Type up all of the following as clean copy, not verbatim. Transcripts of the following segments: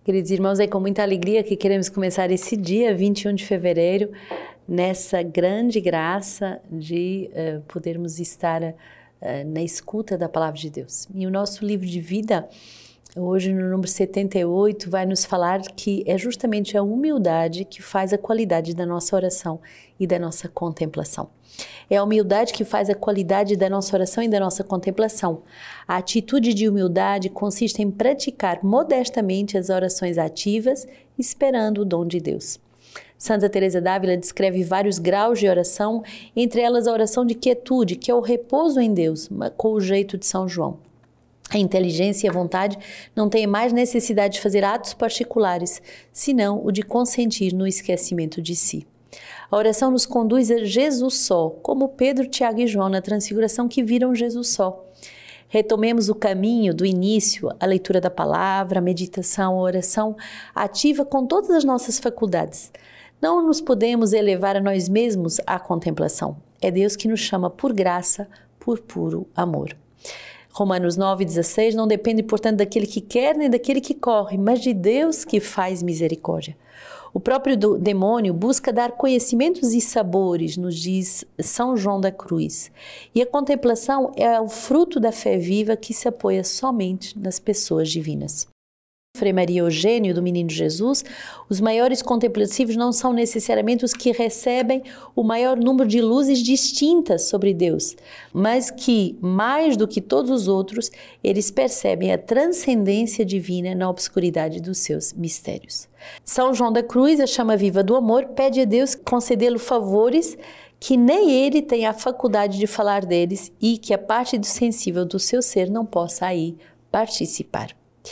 Queridos irmãos, é com muita alegria que queremos começar esse dia, 21 de fevereiro, nessa grande graça de podermos estar na escuta da Palavra de Deus. E o nosso livro de vida, hoje no número 78, vai nos falar que é justamente a humildade que faz a qualidade da nossa oração e da nossa contemplação. É a humildade que faz a qualidade da nossa oração e da nossa contemplação. A atitude de humildade consiste em praticar modestamente as orações ativas, esperando o dom de Deus. Santa Teresa d'Ávila descreve vários graus de oração, entre elas a oração de quietude, que é o repouso em Deus, com o jeito de São João. A inteligência e a vontade não têm mais necessidade de fazer atos particulares, senão o de consentir no esquecimento de si. A oração nos conduz a Jesus só, como Pedro, Tiago e João na transfiguração que viram Jesus só. Retomemos o caminho do início, a leitura da palavra, a meditação, a oração ativa com todas as nossas faculdades. Não nos podemos elevar a nós mesmos à contemplação. É Deus que nos chama por graça, por puro amor. Romanos 9,16 não depende, portanto, daquele que quer nem daquele que corre, mas de Deus que faz misericórdia. O próprio demônio busca dar conhecimentos e sabores, nos diz São João da Cruz. E a contemplação é o fruto da fé viva que se apoia somente nas pessoas divinas. Frei Maria Eugênio, do Menino Jesus, os maiores contemplativos não são necessariamente os que recebem o maior número de luzes distintas sobre Deus, mas que, mais do que todos os outros, eles percebem a transcendência divina na obscuridade dos seus mistérios. São João da Cruz, a chama viva do amor, pede a Deus concedê-lo favores que nem ele tem a faculdade de falar deles e que a parte sensível do seu ser não possa aí participar.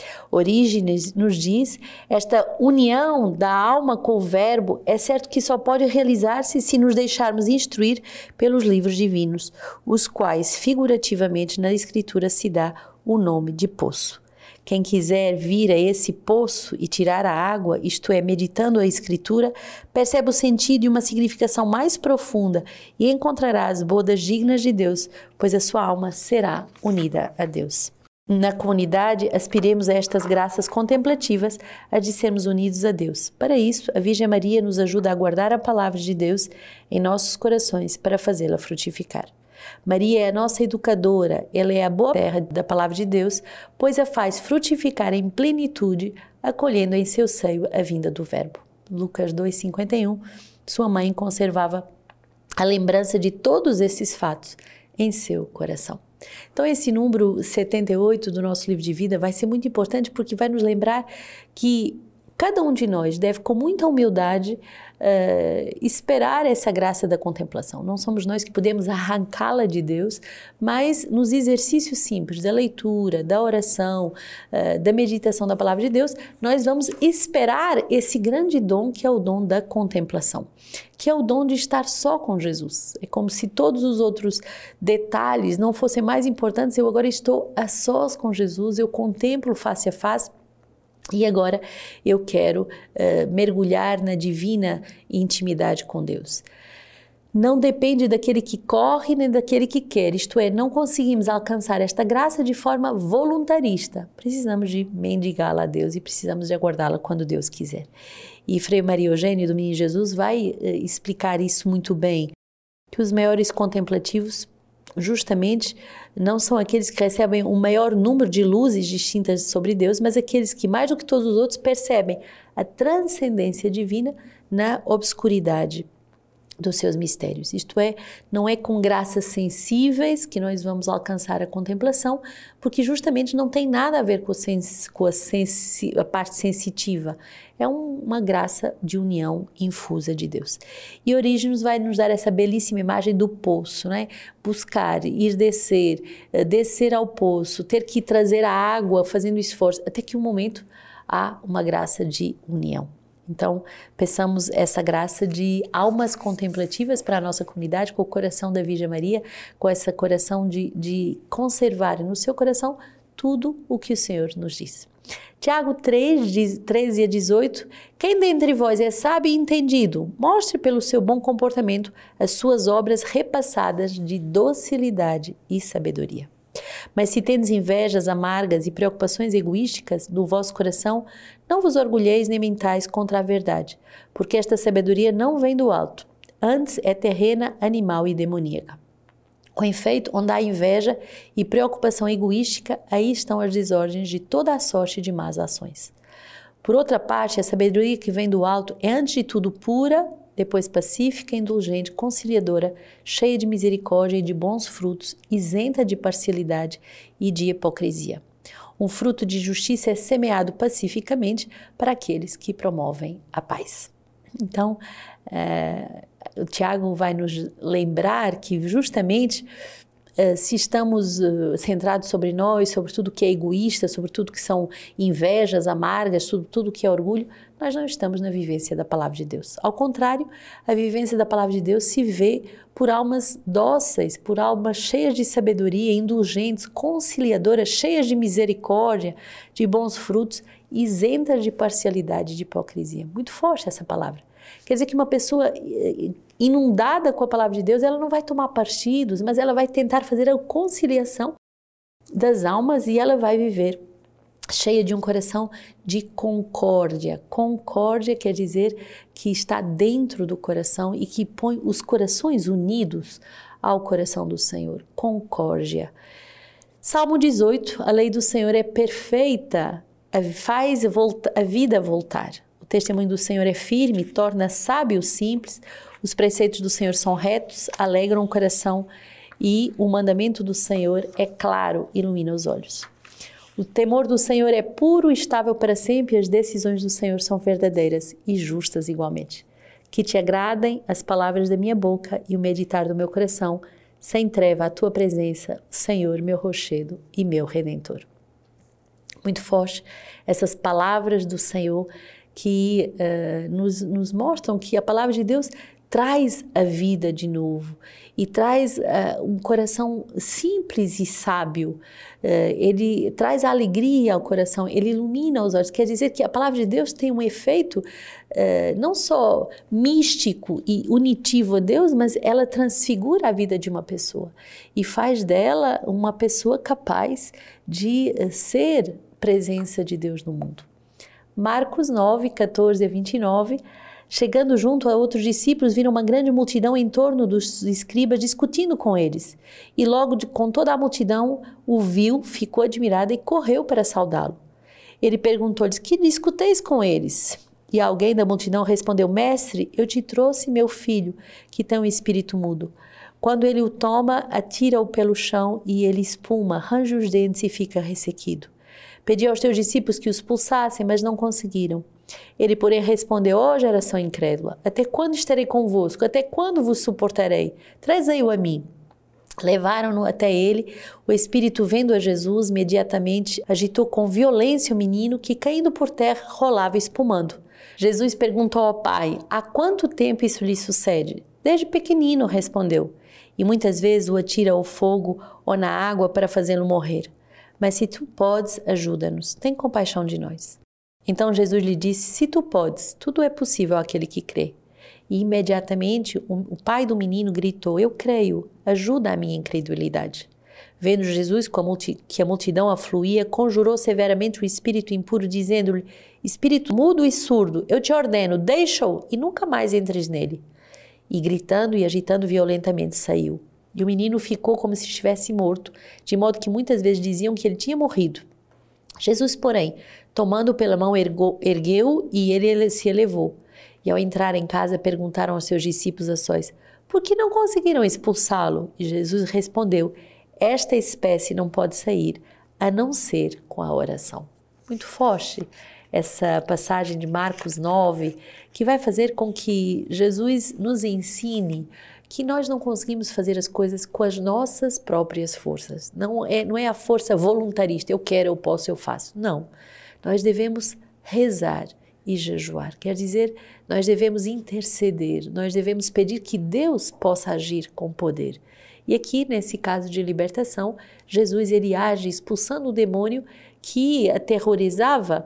Orígenes nos diz, esta união da alma com o verbo é certo que só pode realizar-se se nos deixarmos instruir pelos livros divinos, os quais figurativamente na escritura se dá o nome de poço. Quem quiser vir a esse poço e tirar a água, isto é, meditando a escritura, percebe o sentido e uma significação mais profunda e encontrará as bodas dignas de Deus, pois a sua alma será unida a Deus. Na comunidade, aspiremos a estas graças contemplativas, a de sermos unidos a Deus. Para isso, a Virgem Maria nos ajuda a guardar a palavra de Deus em nossos corações para fazê-la frutificar. Maria é a nossa educadora, ela é a boa terra da palavra de Deus, pois a faz frutificar em plenitude, acolhendo em seu seio a vinda do Verbo. Lucas 2,51, sua mãe conservava a lembrança de todos esses fatos em seu coração. Então esse número 78 do nosso livro de vida vai ser muito importante porque vai nos lembrar que cada um de nós deve com muita humildade esperar essa graça da contemplação. Não somos nós que podemos arrancá-la de Deus, mas nos exercícios simples da leitura, da oração, da meditação da palavra de Deus, nós vamos esperar esse grande dom que é o dom da contemplação, que é o dom de estar só com Jesus. É como se todos os outros detalhes não fossem mais importantes. Eu agora estou a sós com Jesus, eu contemplo face a face. E agora eu quero mergulhar na divina intimidade com Deus. Não depende daquele que corre nem daquele que quer, isto é, não conseguimos alcançar esta graça de forma voluntarista. Precisamos de mendigá-la a Deus e precisamos de aguardá-la quando Deus quiser. E Frei Maria Eugênio, do Menino Jesus, vai explicar isso muito bem, que os maiores contemplativos justamente não são aqueles que recebem o maior número de luzes distintas sobre Deus, mas aqueles que mais do que todos os outros percebem a transcendência divina na obscuridade dos seus mistérios. Isto é, não é com graças sensíveis que nós vamos alcançar a contemplação, porque justamente não tem nada a ver com a parte sensitiva. É uma graça de união infusa de Deus. E Orígenes vai nos dar essa belíssima imagem do poço, né? Buscar, ir descer ao poço, ter que trazer a água, fazendo esforço, até que um momento há uma graça de união. Então, peçamos essa graça de almas contemplativas para a nossa comunidade, com o coração da Virgem Maria, com esse coração de conservar no seu coração tudo o que o Senhor nos diz. Tiago 3, 13 a 18, quem dentre vós é sábio e entendido, mostre pelo seu bom comportamento as suas obras repassadas de docilidade e sabedoria. Mas se tendes invejas amargas e preocupações egoísticas no vosso coração, não vos orgulheis nem mentais contra a verdade, porque esta sabedoria não vem do alto, antes é terrena, animal e demoníaca. Com efeito, onde há inveja e preocupação egoística, aí estão as desordens de toda a sorte de más ações. Por outra parte, a sabedoria que vem do alto é antes de tudo pura, depois pacífica, indulgente, conciliadora, cheia de misericórdia e de bons frutos, isenta de parcialidade e de hipocrisia. Um fruto de justiça é semeado pacificamente para aqueles que promovem a paz. Então, o Tiago vai nos lembrar que justamente se estamos centrados sobre nós, sobre tudo que é egoísta, sobre tudo que são invejas amargas, sobre tudo que é orgulho, nós não estamos na vivência da palavra de Deus. Ao contrário, a vivência da palavra de Deus se vê por almas dóceis, por almas cheias de sabedoria, indulgentes, conciliadoras, cheias de misericórdia, de bons frutos, isentas de parcialidade e de hipocrisia. Muito forte essa palavra. Quer dizer que uma pessoa inundada com a palavra de Deus, ela não vai tomar partidos, mas ela vai tentar fazer a conciliação das almas e ela vai viver cheia de um coração de concórdia. Concórdia quer dizer que está dentro do coração e que põe os corações unidos ao coração do Senhor. Concórdia. Salmo 18, a lei do Senhor é perfeita, faz a vida voltar. O testemunho do Senhor é firme, torna sábio o simples. Os preceitos do Senhor são retos, alegram o coração e o mandamento do Senhor é claro, ilumina os olhos. O temor do Senhor é puro e estável para sempre, e as decisões do Senhor são verdadeiras e justas igualmente. Que te agradem as palavras da minha boca e o meditar do meu coração, sem treva a tua presença, Senhor, meu rochedo e meu Redentor. Muito forte essas palavras do Senhor que nos mostram que a palavra de Deus traz a vida de novo e traz um coração simples e sábio. Ele traz a alegria ao coração, ele ilumina os olhos. Quer dizer que a palavra de Deus tem um efeito não só místico e unitivo a Deus, mas ela transfigura a vida de uma pessoa e faz dela uma pessoa capaz de ser presença de Deus no mundo. Marcos 9, 14 a 29, chegando junto a outros discípulos, viram uma grande multidão em torno dos escribas discutindo com eles. E logo com toda a multidão o viu, ficou admirada e correu para saudá-lo. Ele perguntou-lhes: que discuteis com eles? E alguém da multidão respondeu: Mestre, eu te trouxe meu filho, que tem um espírito mudo. Quando ele o toma, atira-o pelo chão e ele espuma, arranja os dentes e fica ressequido. Pedi aos teus discípulos que os expulsassem, mas não conseguiram. Ele, porém, respondeu: ó geração incrédula, até quando estarei convosco? Até quando vos suportarei? Trazei-o a mim. Levaram-no até ele. O espírito, vendo a Jesus, imediatamente agitou com violência o menino, que, caindo por terra, rolava espumando. Jesus perguntou ao pai: há quanto tempo isso lhe sucede? Desde pequenino, respondeu. E muitas vezes o atira ao fogo ou na água para fazê-lo morrer. Mas se tu podes, ajuda-nos, tem compaixão de nós. Então Jesus lhe disse: se tu podes, tudo é possível àquele que crê. E imediatamente o pai do menino gritou: eu creio, ajuda a minha incredulidade. Vendo Jesus que a multidão afluía, conjurou severamente o espírito impuro, dizendo-lhe: espírito mudo e surdo, eu te ordeno, deixa-o e nunca mais entres nele. E gritando e agitando violentamente saiu. E o menino ficou como se estivesse morto, de modo que muitas vezes diziam que ele tinha morrido. Jesus, porém, tomando-o pela mão, ergueu-o e ele se elevou. E ao entrar em casa, perguntaram aos seus discípulos a sós: por que não conseguiram expulsá-lo? E Jesus respondeu: esta espécie não pode sair, a não ser com a oração. Muito forte essa passagem de Marcos 9, que vai fazer com que Jesus nos ensine que nós não conseguimos fazer as coisas com as nossas próprias forças. Não é a força voluntarista, eu quero, eu posso, eu faço. Não. Nós devemos rezar e jejuar. Quer dizer, nós devemos interceder, nós devemos pedir que Deus possa agir com poder. E aqui, nesse caso de libertação, Jesus ele age expulsando o demônio que aterrorizava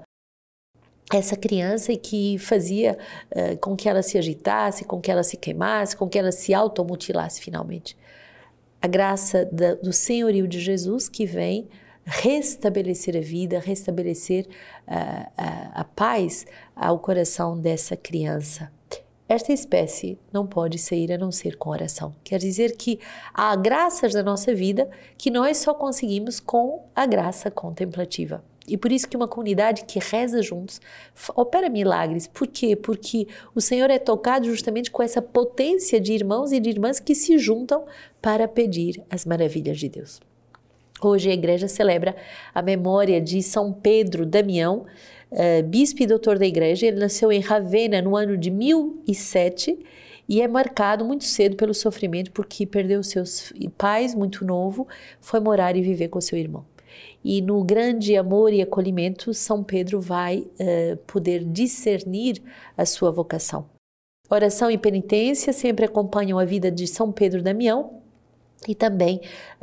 essa criança e que fazia com que ela se agitasse, com que ela se queimasse, com que ela se automutilasse finalmente. a graça do senhorio de Jesus que vem restabelecer a vida, restabelecer a paz ao coração dessa criança. Esta espécie não pode sair a não ser com oração. Quer dizer que há graças da nossa vida que nós só conseguimos com a graça contemplativa. E por isso que uma comunidade que reza juntos opera milagres. Por quê? Porque o Senhor é tocado justamente com essa potência de irmãos e de irmãs que se juntam para pedir as maravilhas de Deus. Hoje a igreja celebra a memória de São Pedro Damião, bispo e doutor da igreja. Ele nasceu em Ravenna no ano de 1007 e é marcado muito cedo pelo sofrimento porque perdeu seus pais muito novo, foi morar e viver com seu irmão. E no grande amor e acolhimento, São Pedro vai poder discernir a sua vocação. Oração e penitência sempre acompanham a vida de São Pedro Damião. E também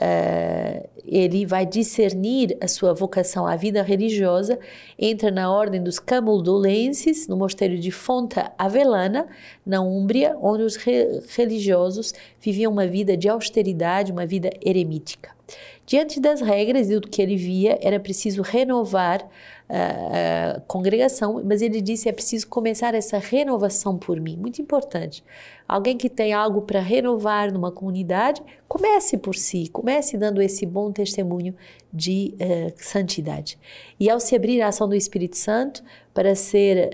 ele vai discernir a sua vocação à vida religiosa, entra na ordem dos Camuldolenses, no mosteiro de Fonta Avellana, na Úmbria, onde os religiosos viviam uma vida de austeridade, uma vida eremítica. Diante das regras e do que ele via, era preciso renovar a congregação, mas ele disse, é preciso começar essa renovação por mim, muito importante. Alguém que tem algo para renovar numa comunidade, comece por si, comece dando esse bom testemunho de santidade. E ao se abrir à ação do Espírito Santo, para ser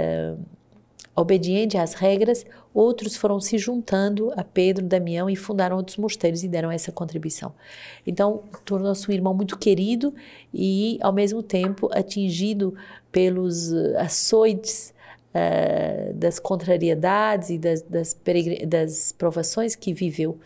obediente às regras, outros foram se juntando a Pedro, Damião e fundaram outros mosteiros e deram essa contribuição. Então, tornou-se um irmão muito querido e, ao mesmo tempo, atingido pelos açoites das contrariedades e das provações que viveu.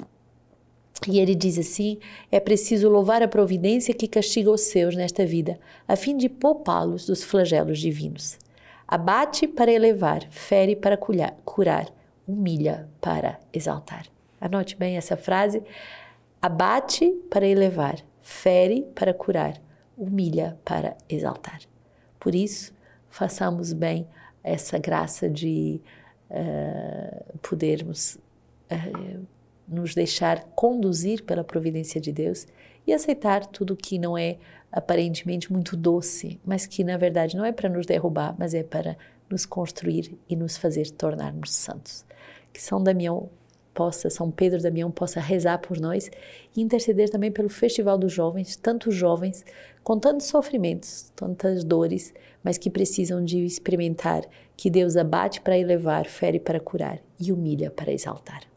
E ele diz assim, é preciso louvar a providência que castiga os seus nesta vida, a fim de poupá-los dos flagelos divinos. Abate para elevar, fere para curar, humilha para exaltar. Anote bem essa frase. Abate para elevar, fere para curar, humilha para exaltar. Por isso, façamos bem essa graça de podermos nos deixar conduzir pela providência de Deus e aceitar tudo que não é aparentemente muito doce, mas que na verdade não é para nos derrubar, mas é para nos construir e nos fazer tornarmos santos. Que São Pedro Damião possa rezar por nós e interceder também pelo Festival dos Jovens, tantos jovens com tantos sofrimentos, tantas dores, mas que precisam de experimentar que Deus abate para elevar, fere para curar e humilha para exaltar.